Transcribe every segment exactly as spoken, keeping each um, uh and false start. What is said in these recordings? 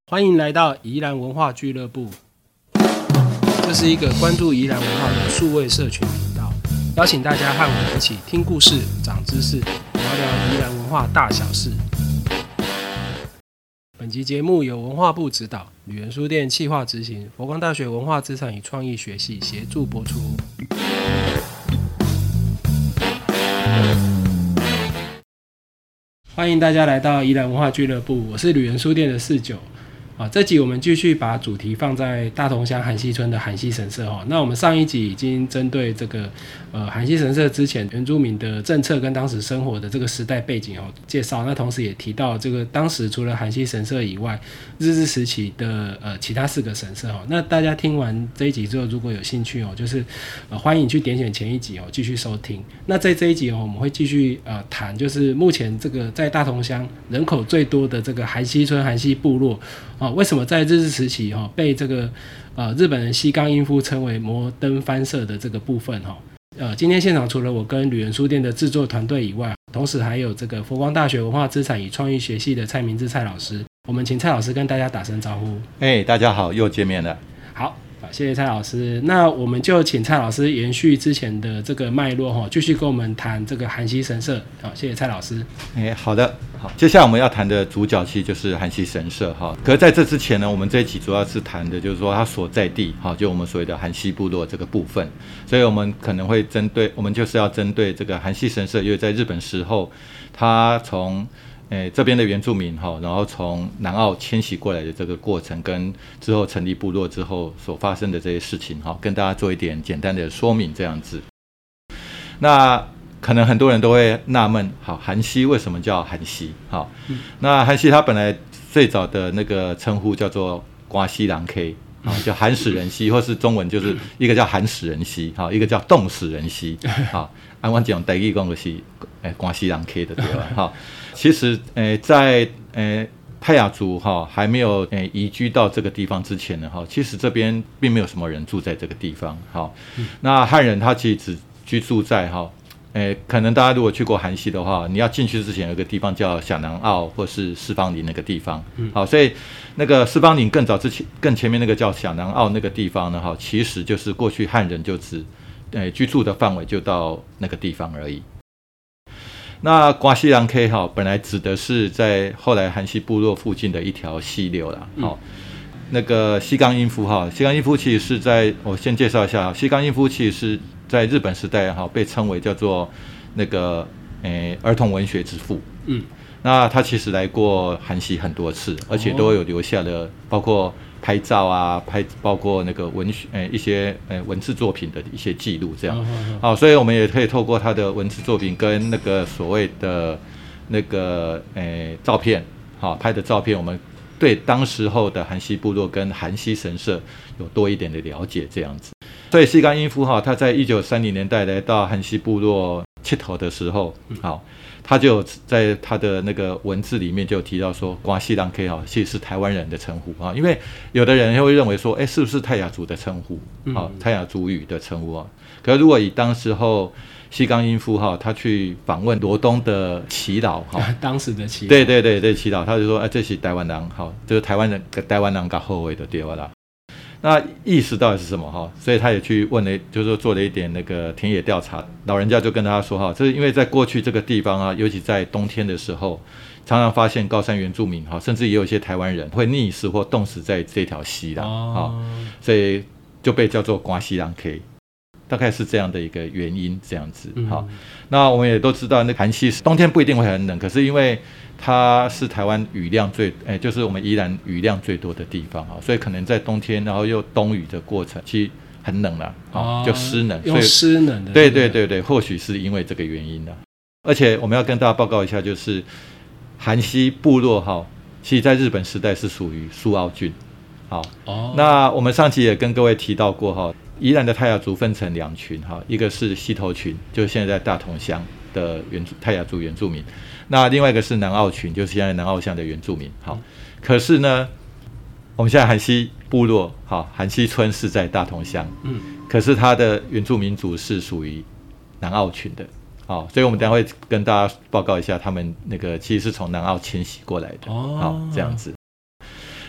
欢迎来到宜兰文化俱乐部，这是一个关注宜兰文化的数位社群频道，邀请大家和我们一起听故事、长知识，聊聊宜兰文化大小事。本集节目由文化部指导，旅人书店企划执行，佛光大学文化资产与创意学系协助播出。欢迎大家来到宜兰文化俱乐部，我是旅人书店的四九。啊，这集我们继续把主题放在大同乡韩溪村的韩溪神社哈。那我们上一集已经针对这个呃韩溪神社之前原住民的政策跟当时生活的这个时代背景哦介绍，那同时也提到这个当时除了韩溪神社以外，日治时期的呃其他四个神社哈。那大家听完这一集之后，如果有兴趣哦，就是呃欢迎去点选前一集哦继续收听。那在这一集哦，我们会继续呃谈，就是目前这个在大同乡人口最多的这个韩溪村韩溪部落。哦、为什么在日治时期、哦、被这个、呃、日本人西冈英夫称为摩登藩社的这个部分、哦呃、今天现场除了我跟旅人书店的制作团队以外，同时还有这个佛光大学文化资产与创意学系的蔡明志蔡老师。我们请蔡老师跟大家打声招呼。 哎，大家好，又见面了。 好，谢谢蔡老师。那我们就请蔡老师延续之前的这个脉络，继续跟我们谈这个韩溪神社。好，谢谢蔡老师。 哎，好的，好，接下来我们要谈的主角其实就是韩溪神社哈。可是在这之前呢，我们这一期主要是谈的就是说它所在地哈，就我们所谓的韩溪部落这个部分。所以我们可能会针对，我们就是要针对这个韩溪神社，因为在日本时候，它从诶，这边的原住民哈，然后从南澳迁徙过来的这个过程，跟之后成立部落之后所发生的这些事情哈，跟大家做一点简单的说明，这样子。那可能很多人都会纳闷，好，韩溪为什么叫韩溪？好，嗯、那韩溪它本来最早的那个称呼叫做瓜西郎 K。啊，叫寒死人溪，或是中文就是一个叫寒死人溪，好，一个叫冻死人溪，好，按我讲台语讲的是，诶，关西人 K 的对吧？好，其实，诶，在诶泰雅族哈还没有诶移居到这个地方之前呢，哈，其实这边并没有什么人住在这个地方，好，那汉人他其实只居住在哈。诶，可能大家如果去过韩溪的话，你要进去之前有一个地方叫小南澳或是四方林那个地方，嗯、好，所以那个四方林更早之前更前面那个叫小南澳那个地方呢，哈，其实就是过去汉人就只诶居住的范围就到那个地方而已。那瓜西郎 K 哈，本来指的是在后来韩溪部落附近的一条溪流啦，好、嗯。那个西冈英夫哈，西冈英夫其实是在我先介绍一下，西冈英夫其实是在日本时代哈被称为叫做那个诶儿童文学之父，嗯，那他其实来过韩溪很多次，而且都有留下了包括拍照啊，拍包括那个文学诶一些诶文字作品的一些记录这样，好，所以我们也可以透过他的文字作品跟那个所谓的那个诶照片，好拍的照片，我们对当时候的韩溪部落跟韩溪神社有多一点的了解，这样子。所以西冈英夫哈，他在一九三零年代来到韩溪部落切头的时候，好，他就在他的那个文字里面就提到说，瓜西郎 K 哈，其实是台湾人的称呼啊，因为有的人会认为说，哎，是不是泰雅族的称呼？好，泰雅族语的称呼啊。可是如果以当时候西冈英夫哈，他去访问罗东的耆老哈， 当时的耆老， 对对对对，耆老，他就说，哎，这是台湾人，好，就是台湾人，台湾人跟后卫的对吧啦？那意思到底是什么哈？所以他也去问了，就是说做了一点那个田野调查，老人家就跟他说哈，这是因为在过去这个地方啊，尤其在冬天的时候，常常发现高山原住民哈，甚至也有一些台湾人会溺死或冻死在这条溪啦，哦，所以就被叫做瓜西郎 K。大概是这样的一个原因，这样子。好，嗯、那我们也都知道，那韩溪冬天不一定会很冷，可是因为它是台湾雨量最，哎，就是我们宜兰雨量最多的地方啊，所以可能在冬天，然后又冬雨的过程，其实很冷了，哦，就湿冷， 用湿冷的， 对对对对，或许是因为这个原因的。而且我们要跟大家报告一下，就是韩溪部落哈，其实在日本时代是属于苏澳郡。好，哦，那我们上期也跟各位提到过哈。宜兰的泰雅族分成两群哈，一个是溪头群，就是现在在大同乡的原住泰雅族原住民，那另外一个是南澳群，就是现在南澳乡的原住民。好，可是呢，我们现在韩溪部落，好，韩溪村是在大同乡，嗯，可是它的原住民族是属于南澳群的，好，所以我们等一下会跟大家报告一下，他们那个其实是从南澳迁徙过来的，哦，好，这样子。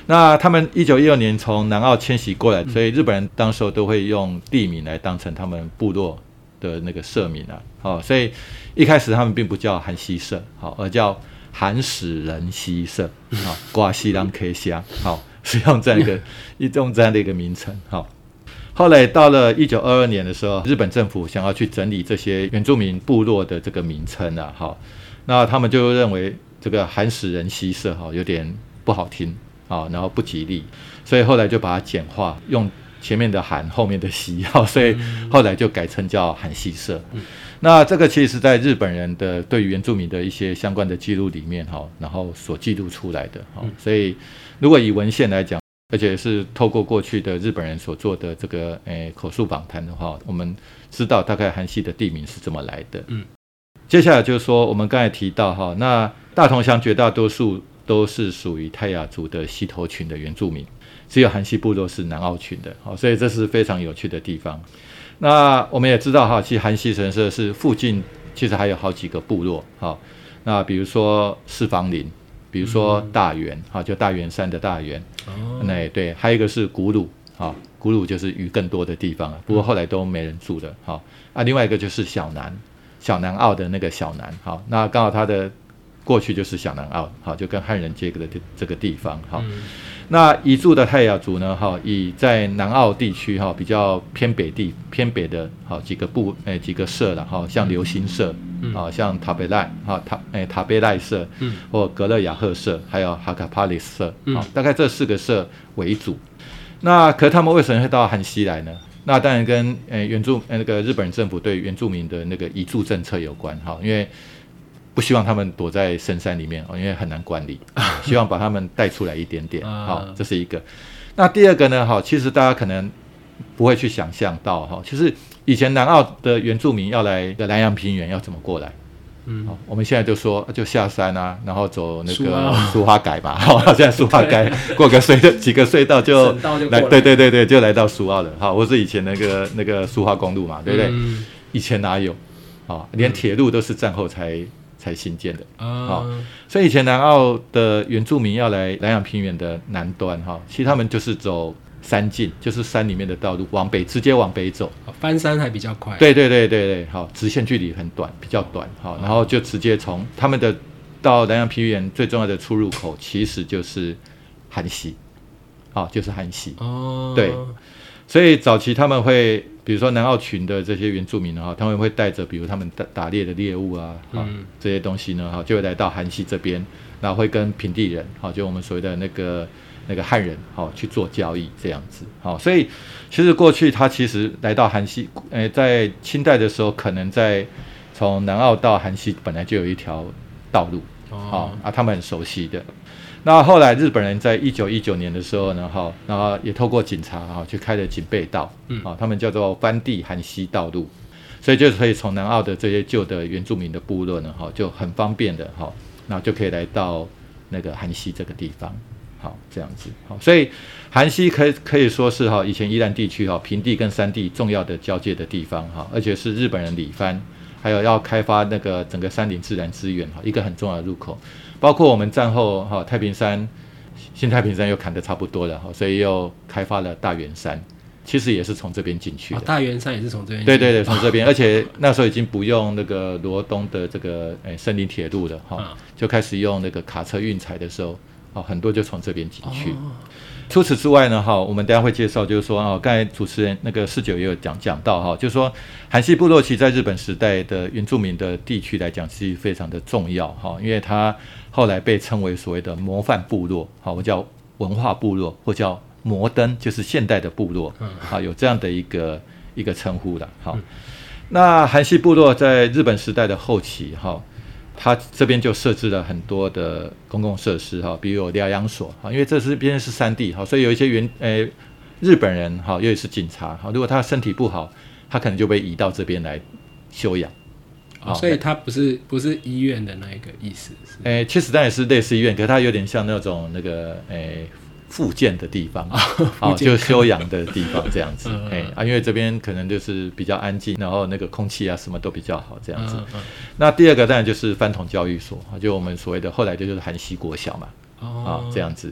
那他们一九一二年从南澳迁徙过来，所以日本人当时候都会用地名来当成他们部落的那个社名啊。哦，所以一开始他们并不叫韩西社，好，而叫韩使人西社，好，瓜西郎 K 虾，好，是用这样一个用这样的一个名称，好。后来到了一九二二年的时候，日本政府想要去整理这些原住民部落的这个名称啊，好，那他们就认为这个韩使人西社哈有点不好听啊，然后不吉利，所以后来就把它简化，用前面的韩后面的西，所以后来就改成叫韩西社。那这个其实是在日本人的对于原住民的一些相关的记录里面哈，然后所记录出来的哈，所以如果以文献来讲，而且是透过过去的日本人所做的这个诶口述访谈的话，我们知道大概韩系的地名是这么来的。嗯，接下来就是说我们刚才提到哈，那大同乡绝大多数都是属于泰雅族的溪头群的原住民，只有韩系部落是南澳群的，好，所以这是非常有趣的地方。那我们也知道哈，其实韩系神社是附近其实还有好几个部落，好，那比如说四方林，比如说大园，好，就大园山的大园，哦，那对，还有一个是古鲁，好，古鲁就是鱼更多的地方，不过后来都没人住了，好，啊，另外一个就是小南，小南澳的那个小南，好，那刚好它的过去就是小南澳，好，就跟汉人接割的这个地方，好。嗯，那移住的泰雅族呢，以在南澳地区比较偏北地偏北的几个部诶几个社啦，像流行社，嗯，像塔贝赖塔诶塔贝赖社，嗯，或格勒雅赫社，还有哈卡帕里斯社，嗯，大概这四个社为主。那可是他们为什么会到韩西来呢？那当然跟诶原住那个日本人政府对原住民的那个移住政策有关哈，因为不希望他们躲在深山里面，因为很难管理，希望把他们带出来一点点，好，这是一个。那第二个呢，好，其实大家可能不会去想象到哈，其实以前南澳的原住民要来的南洋平原要怎么过来？嗯，好，我们现在就说就下山啊，然后走那个苏花改嘛，好，现在苏花改过个隧道几个隧道就来，对对对对，就来到苏澳了，好，或是以前那个那个苏花公路嘛，对不对？嗯，以前哪有？好，连铁路都是战后才。才新建的，哦，所以以前南澳的原住民要来南洋平原的南端，哈，其实他们就是走山径，就是山里面的道路，往北直接往北走， 翻山还比较快。 对对对对对，好，直线距离很短，比较短，好，然后就直接从他们的到南洋平原最重要的出入口，其实就是韩溪，好，就是韩溪，哦，对。所以早期他们会，比如说南澳群的这些原住民哈，他们会带着比如他们打打猎的猎物啊，嗯，这些东西呢，哈，就会来到韩溪这边，然后会跟平地人，好，就我们所谓的那个那个汉人，好，去做交易这样子，好，所以其实过去他其实来到韩溪，诶，在清代的时候，可能在从南澳到韩溪本来就有一条道路，哦，啊，他们很熟悉的。那后来日本人在一九一九年的时候呢，哈，然后也透过警察哈去开了警备道，嗯，他们叫做番地韩溪道路，所以就可以从南澳的这些旧的原住民的部落呢，哈，就很方便的哈，那就可以来到那个韩溪这个地方，好，这样子，好，所以韩溪可以可以说是哈以前宜兰地区哈平地跟山地重要的交界的地方哈，而且是日本人理番，还有要开发那个整个山林自然资源哈一个很重要的入口。包括我们战后哈太平山、新太平山又砍得差不多了，所以又开发了大圆山，其实也是从这边进去的。哦， 大圆山也是从这边进去。 对对对，从这边，而且那时候已经不用那个罗东的这个诶森林铁路了哈，嗯，就开始用那个卡车运材的时候，哦，很多就从这边进去。哦，除此之外呢，哈，我们等一下会介绍，就是说，哦，刚才主持人那个四九也有讲讲到哈，就是说，韩系部落其实在日本时代的原住民的地区来讲，是非常的重要哈，因为它后来被称为所谓的模范部落，好，我叫文化部落，或叫摩登，就是现代的部落，啊，有这样的一个一个称呼的。好，那韩系部落在日本时代的后期，哈。他这边就设置了很多的公共设施哈，比如有疗养所哈，因为这是边是山地哈，所以有一些原诶日本人哈，尤其是警察哈，如果他身体不好，他可能就被移到这边来休养。 哦，所以它不是不是医院的那一个意思。 诶，其实当然是类似医院，可是它有点像那种那个诶。复健的地方，哦，就休养的地方这样子，嗯嗯啊，因为这边可能就是比较安静，然后那个空气啊什么都比较好这样子。嗯嗯那第二个当然就是番童教育所，就我们所谓的后来就是韩系国小嘛，哦，啊，这样子。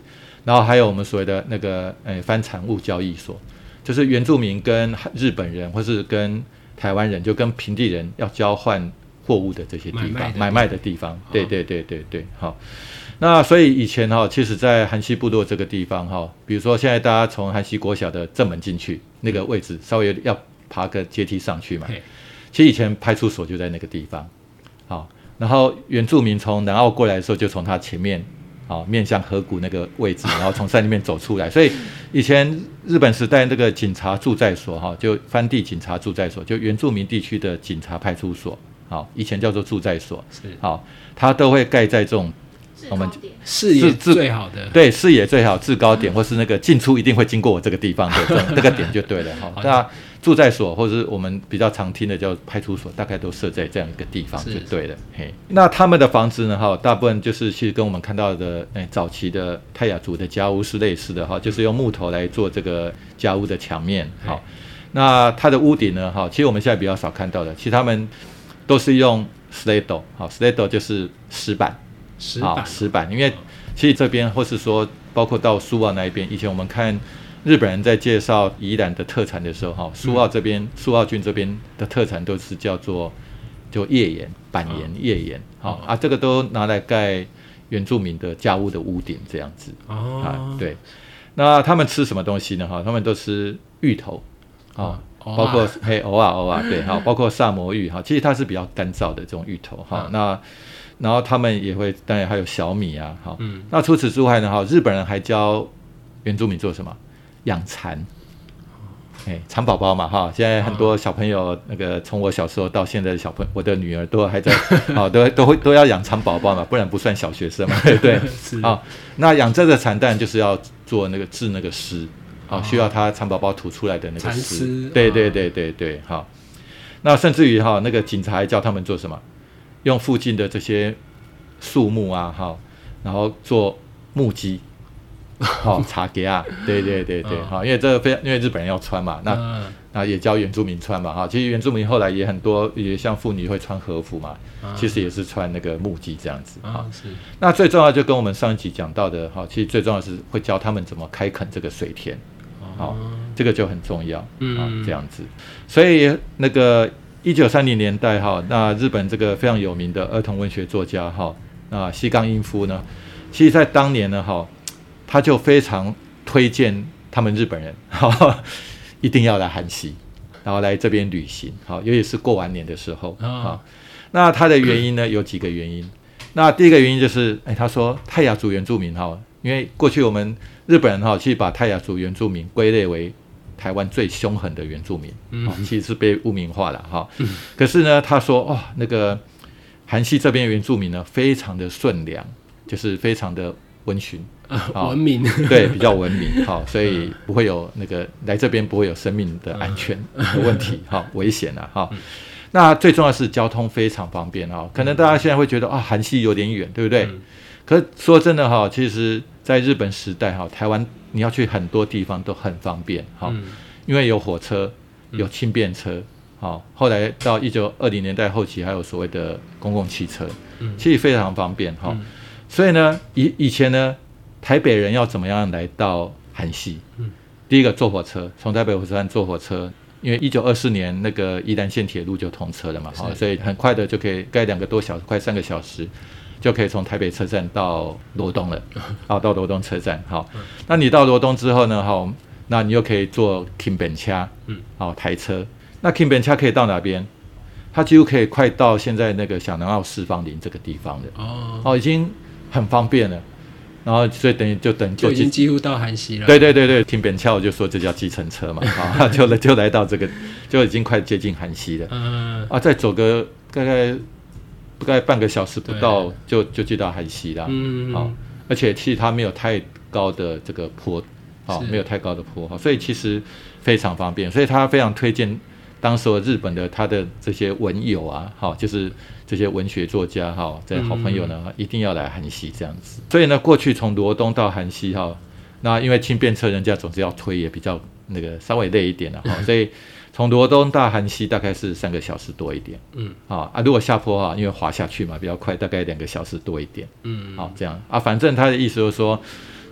然后还有我们所谓的那个呃番产物交易所，就是原住民跟日本人或是跟台湾人就跟平地人要交换货物的这些地方，买卖的地方，哦、对对对对对，好。那所以以前哈，其实在韩溪部落这个地方哈，比如说现在大家从韩溪国小的正门进去那个位置，稍微要爬个阶梯上去嘛。其实以前派出所就在那个地方，好，然后原住民从南澳过来的时候，就从他前面，好面向河谷那个位置，然后从山里面走出来。所以以前日本时代那个警察驻在所哈，就番地警察驻在所，就原住民地区的警察派出所，好，以前叫做驻在所，好，它都会盖在这种。我们视野最好的， 对，视野最好制高点，或是那个进出一定会经过我这个地方的这这个点就对了哈。那住在所或者是我们比较常听的叫派出所，大概都设在这样一个地方就对了。嘿，那他们的房子呢哈，大部分就是其实跟我们看到的哎早期的泰雅族的家屋是类似的哈，就是用木头来做这个家屋的墙面。好，那它的屋顶呢哈，其实我们现在比较少看到的，其实他们都是用 slate， 好 ，slate 就是石板。 石板， 石板，因为其实这边或是说包括到苏澳那一边，以前我们看日本人在介绍宜兰的特产的时候，哈，苏澳这边、嗯、苏澳郡这边的特产都是叫做就叶岩、板岩、叶岩，好、嗯、啊，这个都拿来盖原住民的家屋的屋顶这样子，哦，啊，对，那他们吃什么东西呢？哈，他们都吃芋头，啊、哦，包括嘿偶尔偶尔对，好，包括萨摩芋，哈，其实它是比较干燥的这种芋头，哈、嗯，那。然后他们也会，当然还有小米啊，好、嗯，那除此之外呢，哈，日本人还教原住民做什么？养蚕，哎，蚕宝宝嘛，哈，现在很多小朋友，那个从我小时候到现在的小朋友，我的女儿都还在，好，都都会都要养蚕宝宝嘛，不然不算小学生嘛，对不对？好，那养这个蚕蛋就是要做那个制那个丝，好，需要它蚕宝宝吐出来的那个丝，对对对对对，好，那甚至于哈，那个警察还教他们做什么？用附近的这些树木啊，哈，然后做木屐，好茶给啊，对对对对，好、嗯，因为这个非因为日本人要穿嘛，那、嗯、那也教原住民穿嘛，哈，其实原住民后来也很多，也像妇女会穿和服嘛，嗯、其实也是穿那个木屐这样子，哈、嗯，是。那最重要就跟我们上一集讲到的，哈，其实最重要的是会教他们怎么开垦这个水田，好、嗯，这个就很重要，嗯，这样子，所以那个。一九三零年代哈，那日本这个非常有名的儿童文学作家哈，那西冈英夫呢，其实在当年呢哈，他就非常推荐他们日本人哈，一定要来韩溪，然后来这边旅行，好，尤其是过完年的时候啊。那他的原因呢有几个原因，那第一个原因就是，哎，他说泰雅族原住民哈，因为过去我们日本人哈，其实把泰雅族原住民归类为台湾最凶狠的原住民，嗯、其实是被污名化了哈、嗯。可是呢，他说哇、哦，那个韩溪这边原住民呢，非常的顺良，就是非常的温驯、 啊哦、文明， 对，比较文明，好、哦，所以不会有那个来这边不会有生命的安全的问题，哈、嗯哦，危险啊，哈、哦。嗯、那最重要的是交通非常方便啊、哦，可能大家现在会觉得啊，韩溪有点远，对不对？嗯、可是说真的哈、哦，其实在日本时代哈、哦，台湾。你要去很多地方都很方便，好、嗯，因为有火车，有轻便车，好、嗯，后来到一九二零年代后期还有所谓的公共汽车，嗯，其实非常方便，哈、嗯，所以呢，以以前呢，台北人要怎么样来到韩溪？嗯，第一个坐火车，从台北火车站坐火车，因为一九二四年那个宜兰线铁路就通车了嘛，好，所以很快的就可以，盖两个多小时，快三个小时。就可以从台北车站到罗东了，好，到罗东车站，好，那你到罗东之后呢，好，那你又可以坐 Kimben 車，嗯，好，台车，那 Kimben 車可以到哪边？它几乎可以快到现在那个小南澳四方林这个地方的，哦，哦，已经很方便了，然后所以等于就等就已经几乎到韩溪了， 对对对对 ，Kimben 車我就说这叫计程车嘛，好，就就来到这个就已经快接近韩溪了，嗯，啊，再走个大概。大概半个小时不到就就去到韩溪啦，嗯，好、哦，而且其实它没有太高的这个坡，好、哦，没有太高的坡，所以其实非常方便，所以他非常推荐当时日本的他的这些文友啊，好、哦，就是这些文学作家哈，这、哦、些好朋友呢、嗯，一定要来韩溪这样子。所以呢，过去从罗东到韩溪哈，那因为轻便车人家总是要推，也比较那个稍微累一点了哈、哦，所以。从罗东到韩溪大概是三个小时多一点，嗯，啊啊，如果下坡啊，因为滑下去嘛比较快，大概两个小时多一点，嗯，好、啊、这样啊，反正他的意思就是说，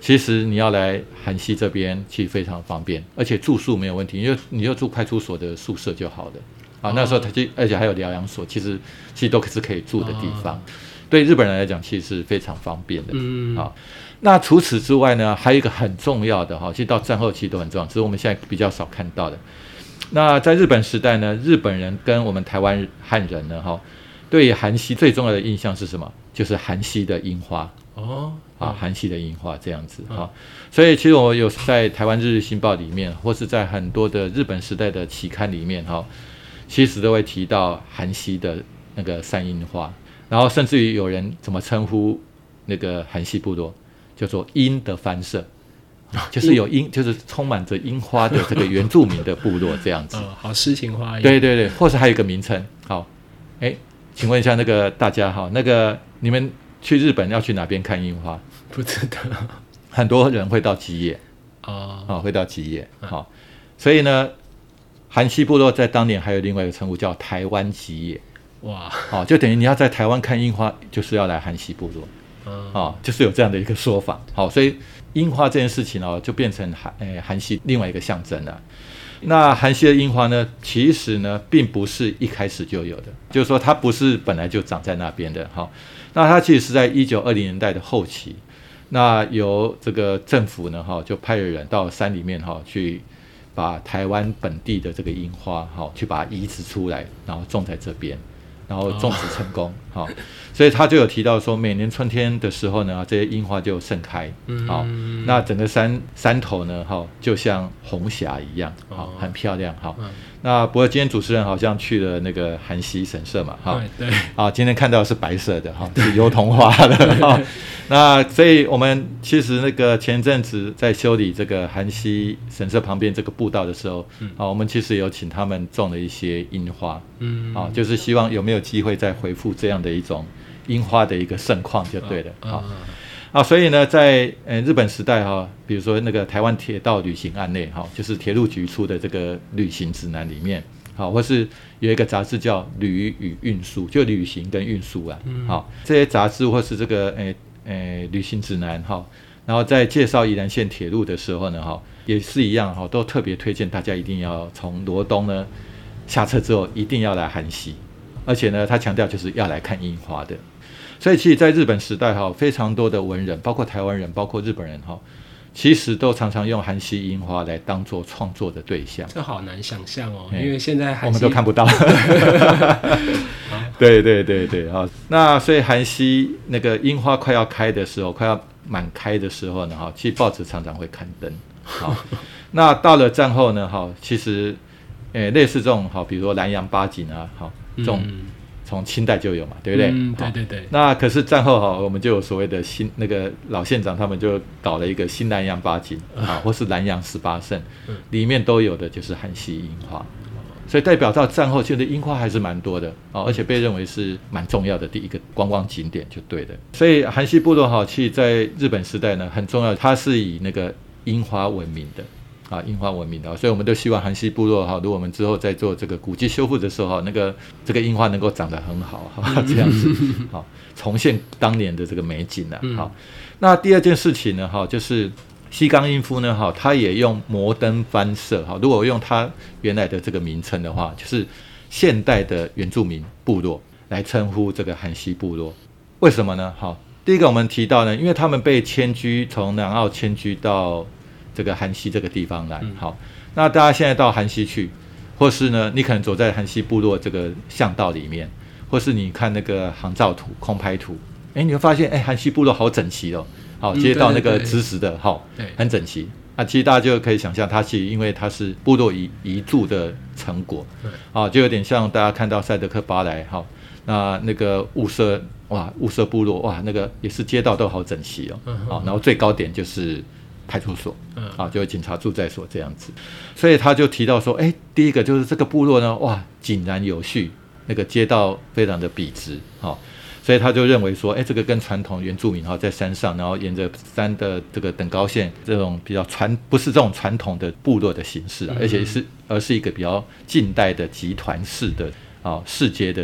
其实你要来韩溪这边其实非常方便，而且住宿没有问题，你就你就住派出所的宿舍就好了啊。那时候他就而且还有疗养所，其实其实都是可以住的地方。对日本人来讲，其实是非常方便的。嗯，好。那除此之外呢，还有一个很重要的哈，其实到战后期都很重要，只是我们现在比较少看到的。那在日本时代呢，日本人跟我们台湾汉人呢，哈，对韩溪最重要的印象是什么？就是韩溪的樱花。哦，啊，韩系的樱花这样子哈、嗯，所以其实我有在台湾日日新报里面，或是在很多的日本时代的期刊里面哈，其实都会提到韩系的那个山樱花，然后甚至于有人怎么称呼那个韩系部落，叫做樱的番社，就是有樱，就是充满着樱花的这个原住民的部落这样子。 哦，好诗情画意。 对对对，或是还有一个名称，好，哎，请问一下那个大家哈，那个你们去日本要去哪边看樱花？ 不知道， 很多人会到吉野哦，啊，会到吉野。好、哦，所以呢，韩系部落在当年还有另外一个称呼叫台湾吉野。哇，好、哦，就等于你要在台湾看樱花，就是要来韩系部落。嗯，哦，就是有这样的一个说法。好、哦，所以樱花这件事情哦，就变成韩诶韩系另外一个象征了。那韩系的樱花呢，其实呢，并不是一开始就有的，就是说它不是本来就长在那边的。好、哦，那它其实是在一九二零年代的后期。那由这个政府呢，哈，就派了人到山里面哈，去把台湾本地的这个樱花，哈，去把它移植出来，然后种在这边，然后种植成功，好、哦，所以他就有提到说，每年春天的时候呢，这些樱花就盛开，好、哦，那整个山山头呢，哈，就像红霞一样，好、哦，很漂亮，好、哦。那不过今天主持人好像去了那个韩溪神社嘛，哈， 对， 啊，今天看到的是白色的哈，是油桐花的哈。那所以我们其实那个前阵子在修理这个韩溪神社旁边这个步道的时候，嗯、啊，我们其实有请他们种了一些樱花，嗯，啊，就是希望有没有机会再恢复这样的一种樱花的一个盛况就对了，啊。啊啊，所以呢，在呃日本时代哈、哦，比如说那个台湾铁道旅行案内哈、哦，就是铁路局出的这个旅行指南里面，好、哦，或是有一个杂志叫《旅与运输》，就旅行跟运输啊，好、嗯哦，这些杂志或是这个诶诶旅行指南哈、哦，然后在介绍宜兰县铁路的时候呢，哈、哦，也是一样哈、哦，都特别推荐大家一定要从罗东呢下车之后一定要来韩溪，而且呢，他强调就是要来看樱花的。所以其实在日本时代哈，非常多的文人，包括台湾人，包括日本人哈，其实都常常用韩溪樱花来当做创作的对象。 这好难想象哦，因为现在韩溪我们都看不到。对对对对啊，那所以韩溪那个樱花快要开的时候，快要满开的时候呢哈，其实报纸常常会刊登。好，那到了战后呢哈，其实诶类似这种哈，比如说南洋八景啊，好这种。嗯从清代就有嘛，对不对？ 嗯，对对对。 那可是战后哈，我们就有所谓的新那个老县长，他们就搞了一个新南洋八景啊，或是南洋十八胜，里面都有的就是韩溪樱花，所以代表到战后，其实樱花还是蛮多的啊，而且被认为是蛮重要的第一个观光景点，就对了。所以韩溪部落哈，其实在日本时代呢很重要，它是以那个樱花闻名的。啊，樱花闻名的，所以我们都希望韩溪部落哈，如果我们之后在做这个古迹修复的时候哈，那个这个樱花能够长得很好哈，这样子好重现当年的这个美景啊。好，那第二件事情呢哈，就是西冈英夫呢哈，他也用摩登番社哈，如果用他原来的这个名称的话，就是现代的原住民部落来称呼这个韩溪部落。为什么呢？好，第一个我们提到呢，因为他们被迁居，从南澳迁居到这个韩溪这个地方来，好，那大家现在到韩溪去，或是呢，你可能走在韩溪部落这个巷道里面，或是你看那个航照图、空拍图，哎，你会发现，哎，韩溪部落好整齐哦，好，街道那个直直的，好、嗯，很整齐。那其实大家就可以想象，它其实因为它是部落移移住的成果，啊，就有点像大家看到赛德克巴莱，哈，那那个雾社，哇，雾社部落，哇，那个也是街道都好整齐哦，好，然后最高点就是派出所，啊，就是警察驻在所这样子，所以他就提到说，哎，第一个就是这个部落呢，哇，井然有序，那个街道非常的笔直，好，所以他就认为说，哎，这个跟传统原住民哈在山上，然后沿着山的这个等高线这种比较传，不是这种传统的部落的形式啊，而且是而是一个比较近代的集团式的啊市街的这种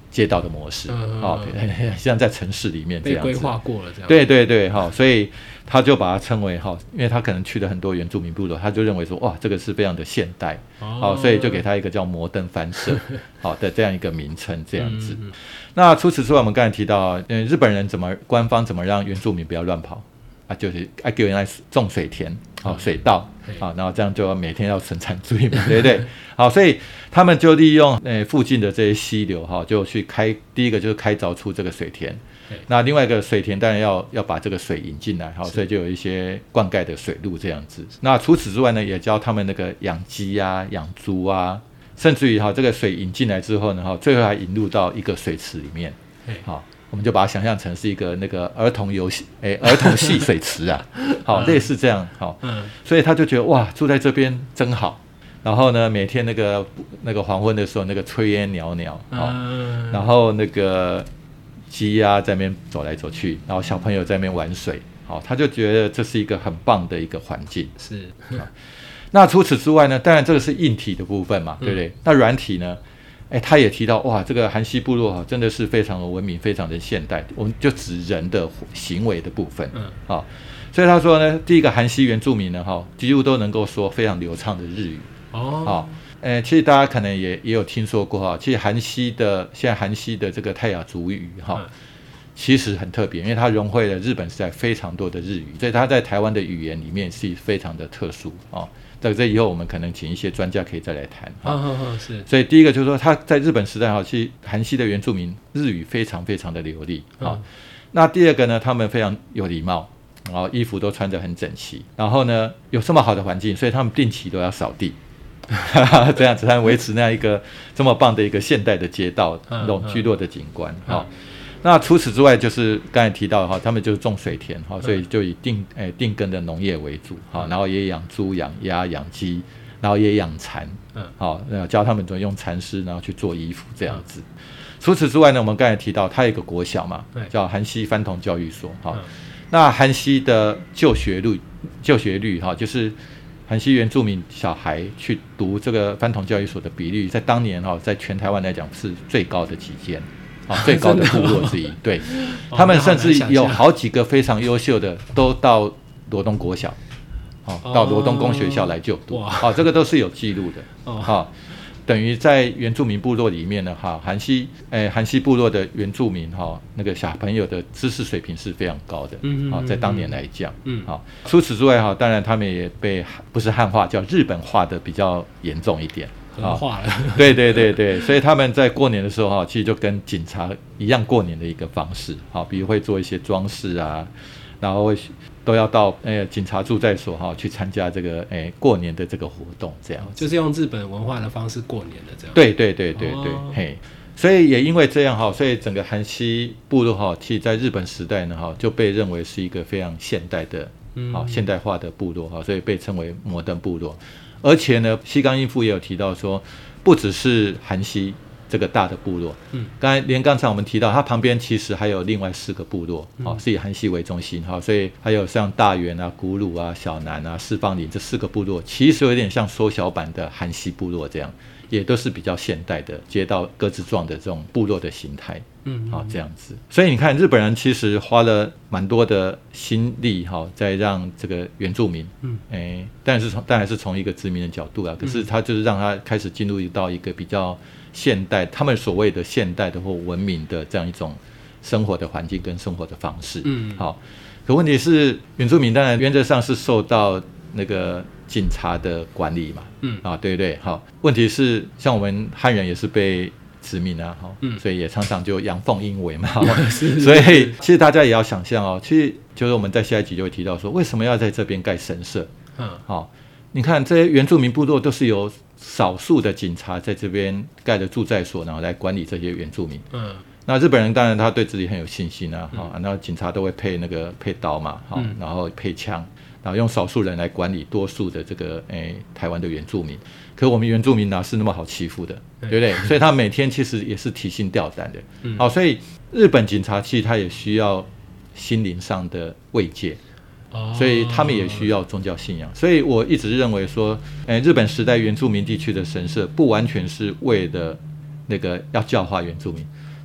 街道的模式， 嗯哦，像在城市里面这样子被规划过了这样。 对对对，哈、哦，所以他就把它称为哈、哦，因为他可能去了很多原住民部落，他就认为说哇，这个是非常的现代，哦，哦所以就给他一个叫摩登翻社好、哦、的这样一个名称这样子。嗯、那除此之外，我们刚才提到，嗯，日本人怎么官方怎么让原住民不要乱跑啊，就是啊给原来种水田。好、哦、水稻好，然后这样就每天要生产注意嘛，对不对？好，所以他们就利用呃附近的这些溪流哈、哦，就去开第一个就是开凿出这个水田，那另外一个水田当然要要把这个水引进来，好，所以就有一些灌溉的水路这样子。那除此之外呢，也教他们那个养鸡啊、养猪啊，甚至于哈、哦、这个水引进来之后呢，哈、哦，最后还引入到一个水池里面，好。哦我们就把它想象成是一个那个儿童游戏，诶，儿童戏水池啊，好，类似这样，好，嗯，所以他就觉得哇，住在这边真好。然后呢，每天那个那个黄昏的时候，那个炊烟袅袅，好，嗯、然后那个鸡啊在那边走来走去，然后小朋友在那边玩水，好，他就觉得这是一个很棒的一个环境。 是， 那除此之外呢，当然这个是硬体的部分嘛，对不对？嗯、那软体呢？哎，他也提到哇，这个韩西部落哈，真的是非常的文明，非常的现代。我们就指人的行为的部分，嗯，好、哦，所以他说呢，第一个韩西原住民呢，哈，几乎都能够说非常流畅的日语。哦，好、哦，呃，其实大家可能也也有听说过哈，其实韩西的现在韩西的这个泰雅族语哈、哦，其实很特别，因为它融汇了日本时代非常多的日语，所以它在台湾的语言里面是非常的特殊啊。哦这这以后我们可能请一些专家可以再来谈。 哦哦哦，是。 所以第一个就是说，他在日本时代哈，其实韩西的原住民日语非常非常的流利啊、嗯。那第二个呢，他们非常有礼貌，然后衣服都穿得很整齐，然后呢有这么好的环境，所以他们定期都要扫地，这样子才能维持那样一个这么棒的一个现代的街道那种聚落的景观哈。嗯嗯那除此之外，就是刚才提到哈，他们就是种水田哈，所以就以定诶定耕的农业为主哈，然后也养猪、养鸭、养鸡，然后也养蚕，嗯，好，教他们怎么用蚕丝，然后去做衣服这样子。嗯、除此之外呢，我们刚才提到，它有一个国小嘛，叫韩西番童教育所哈。嗯、那韩西的就学率，就学率哈，就是韩西原住民小孩去读这个番童教育所的比率，在当年哈，在全台湾来讲是最高的几间。最高的部落之一，对、哦、他们甚至有好几个非常优秀的，都到罗东国小，哦，到罗东公学校来就读，哦，这个都是有记录的，哦，哦等于在原住民部落里面呢，哈，韩西，诶，韩西部落的原住民哈、哦，那个小朋友的知识水平是非常高的，嗯嗯，哦，在当年来讲，嗯，好、哦，除此之外哈，当然他们也被不是汉化，叫日本化的比较严重一点。 合化了、哦， 对对对对，所以他们在过年的时候哈，其实就跟警察一样过年的一个方式，好，比如会做一些装饰啊，然后会都要到诶警察驻在所哈去参加这个诶过年的这个活动，这样就是用日本文化的方式过年的这样。 对对对对对，哦、嘿，所以也因为这样哈，所以整个韩西部落哈，其实在日本时代呢哈，就被认为是一个非常现代的，好、嗯、现代化的部落哈，所以被称为摩登部落。而且呢，西冈义夫也有提到说，不只是韩西这个大的部落，嗯，刚才连刚才我们提到，它旁边其实还有另外四个部落，好、嗯哦，是以韩西为中心，好、哦，所以还有像大原啊、古鲁啊、小南啊、四方岭这四个部落，其实有点像缩小版的韩西部落这样，也都是比较现代的街道鸽子状的这种部落的形态，嗯，好、哦、这样子。所以你看，日本人其实花了蛮多的心力，哈、哦，在让这个原住民，嗯，哎，但是从当然是从一个殖民的角度啊，可是他就是让他开始进入到一个比较现代，他们所谓的现代的或文明的这样一种生活的环境跟生活的方式，嗯，好。可问题是，原住民当然原则上是受到那个警察的管理嘛，嗯啊，对不对？好，问题是像我们汉人也是被殖民啊，哈、嗯，所以也常常就阳奉阴违嘛，所以其实大家也要想象哦，其实就是我们在下一集就会提到说，为什么要在这边盖神社？嗯，好，你看这些原住民部落都是由少数的警察在这边盖的住宅所，然后来管理这些原住民，嗯。那日本人当然他对自己很有信心啊，哈、嗯，那警察都会配那个配刀嘛，哈、嗯，然后配枪，然后用少数人来管理多数的这个诶台湾的原住民。可我们原住民哪是那么好欺负的，对不对？所以他每天其实也是提心吊胆的。嗯，好，所以日本警察其实他也需要心灵上的慰藉，哦，所以他们也需要宗教信仰。所以我一直认为说，诶，日本时代原住民地区的神社不完全是为了那个要教化原住民。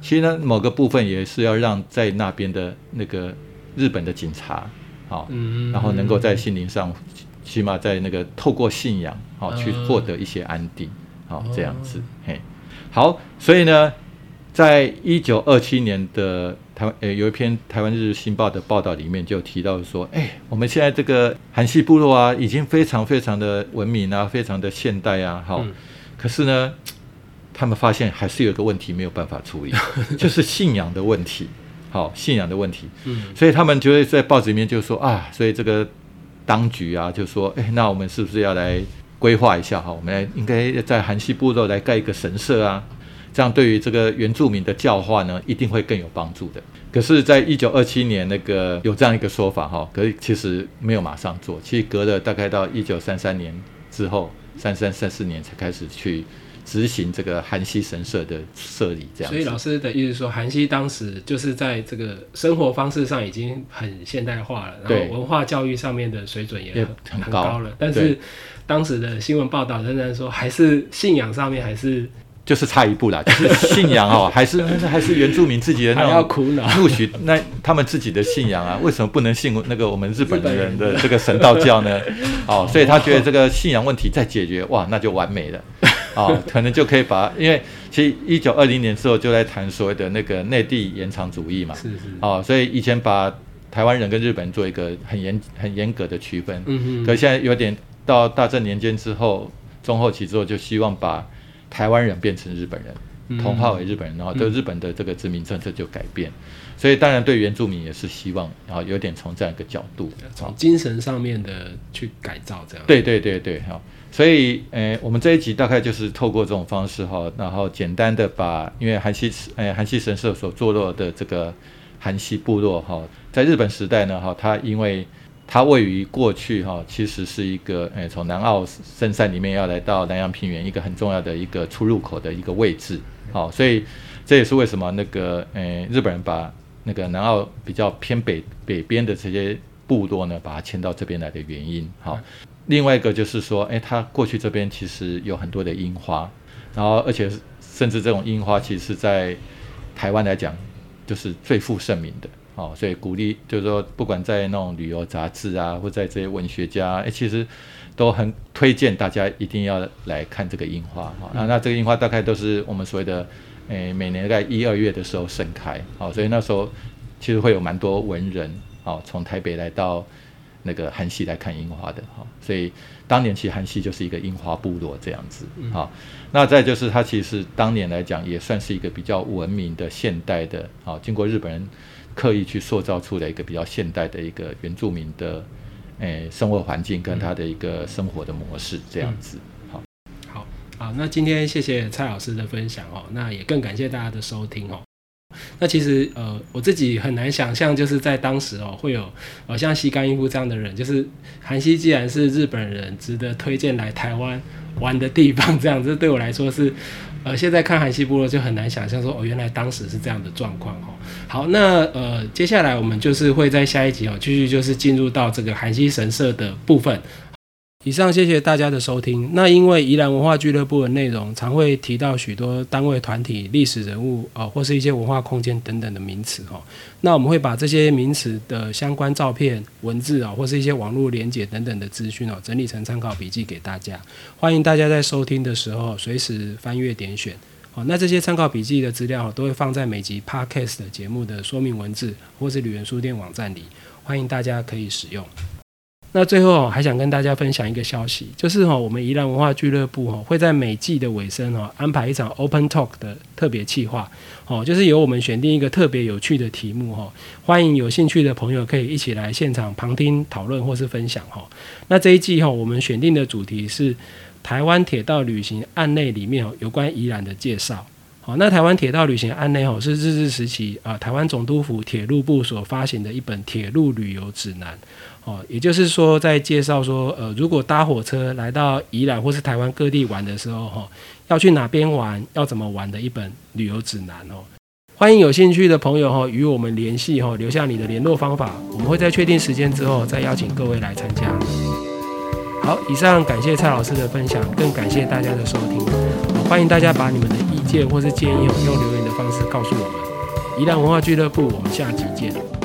其实呢，某个部分也是要让在那边的那个日本的警察，哦嗯、然后能够在心灵上，起码在那个透过信仰，哦、去获得一些安定，哦、这样子。嘿，好，所以呢，在一九二七年的台湾，呃，有一篇台湾日日新报的报道里面就提到说，哎，我们现在这个韩系部落啊，已经非常非常的文明啊，非常的现代啊，好、嗯，可是呢。他们发现还是有一个问题没有办法处理，就是信仰的问题。好，信仰的问题。嗯，所以他们就会在报纸里面就说啊，所以这个当局啊，就说，哎，那我们是不是要来规划一下哈？我们来应该在韩系部落来盖一个神社啊，这样对于这个原住民的教化呢，一定会更有帮助的。可是，在一九二七年那个有这样一个说法哈，可是其实没有马上做，其实隔了大概到一九三三年之后，三三三四年才开始去。执行这个韩系神社的设立，这样子。 所以老师的意思是说，韩系当时就是在这个生活方式上已经很现代化了，然后文化教育上面的水准也 很, 很, 很高了。但是当时的新闻报道仍然说，还是信仰上面还是就是差一步啦，就是信仰哦，还是还是原住民自己的那种， 还要苦恼， 陆续那他们自己的信仰啊，为什么不能信那个我们日本人的这个神道教呢？哦，所以他觉得这个信仰问题再解决，哇，那就完美了。哦，可能就可以把，因为其实一九二零年之后就在谈所谓的那个内地延长主义嘛， 是是， 哦，所以以前把台湾人跟日本人做一个很严很严格的区分，嗯嗯，可是现在有点到大正年间之后，中后期之后就希望把台湾人变成日本人，同化为日本人，然后对日本的这个殖民政策就改变，所以当然对原住民也是希望，然后有点从这样一个角度， 从精神上面的去改造这样， 对对对对，好。所以，呃，我们这一集大概就是透过这种方式哈，然后简单的把，因为韩系，呃，韩系神社所坐落的这个韩系部落哈，在日本时代呢哈，它因为它位于过去哈，其实是一个，呃，从南澳深山里面要来到南洋平原一个很重要的一个出入口的一个位置，好，所以这也是为什么那个，呃，日本人把那个南澳比较偏北北边的这些部落呢，把它迁到这边来的原因，好。另外一个就是说，哎，它过去这边其实有很多的樱花，然后而且甚至这种樱花其实是在台湾来讲就是最负盛名的，哦，所以鼓励就是说，不管在那种旅游杂志啊，或在这些文学家，哎，其实都很推荐大家一定要来看这个樱花，哦嗯、那这个樱花大概都是我们所谓的，哎，每年大概一二月的时候盛开，哦，所以那时候其实会有蛮多文人，哦，从台北来到。那个韩系来看樱花的，所以当年其实韩系就是一个樱花部落这样子，嗯、那再就是它其实当年来讲也算是一个比较文明的现代的，经过日本人刻意去塑造出来一个比较现代的一个原住民的、欸、生活环境跟他的一个生活的模式这样子。好， 好，好，那今天谢谢蔡老师的分享哦，那也更感谢大家的收听哦。那其实呃，我自己很难想象，就是在当时哦，会有呃像西冈一夫这样的人，就是韩系既然是日本人，值得推荐来台湾玩的地方，这样子对我来说是呃，现在看韩系部落就很难想象说哦，原来当时是这样的状况哦。好，那呃，接下来我们就是会在下一集哦，继续就是进入到这个韩系神社的部分。以上谢谢大家的收听。那因为宜兰文化俱乐部的内容常会提到许多单位、团体、历史人物、呃、或是一些文化空间等等的名词、哦、那我们会把这些名词的相关照片、文字、哦、或是一些网络连结等等的资讯、哦、整理成参考笔记给大家。欢迎大家在收听的时候随时翻阅点选。哦、那这些参考笔记的资料、哦、都会放在每集 Podcast 的节目的说明文字或是旅人书店网站里，欢迎大家可以使用。那最后还想跟大家分享一个消息，就是我们宜兰文化俱乐部会在每季的尾声安排一场 Open Talk 的特别企划，就是由我们选定一个特别有趣的题目，欢迎有兴趣的朋友可以一起来现场旁听讨论或是分享。那这一季我们选定的主题是台湾铁道旅行案内里面有关宜兰的介绍。好，那台湾铁道旅行案内是日治时期、呃、台湾总督府铁路部所发行的一本铁路旅游指南。哦，也就是说，在介绍说，呃，如果搭火车来到宜兰或是台湾各地玩的时候，哈、哦，要去哪边玩，要怎么玩的一本旅游指南哦。欢迎有兴趣的朋友哈、哦、与我们联系哈、哦，留下你的联络方法，我们会在确定时间之后再邀请各位来参加。好，以上感谢蔡老师的分享，更感谢大家的收听。哦、欢迎大家把你们的意见见或是建议，用留言的方式告诉我们。宜兰文化俱乐部，我们下集见。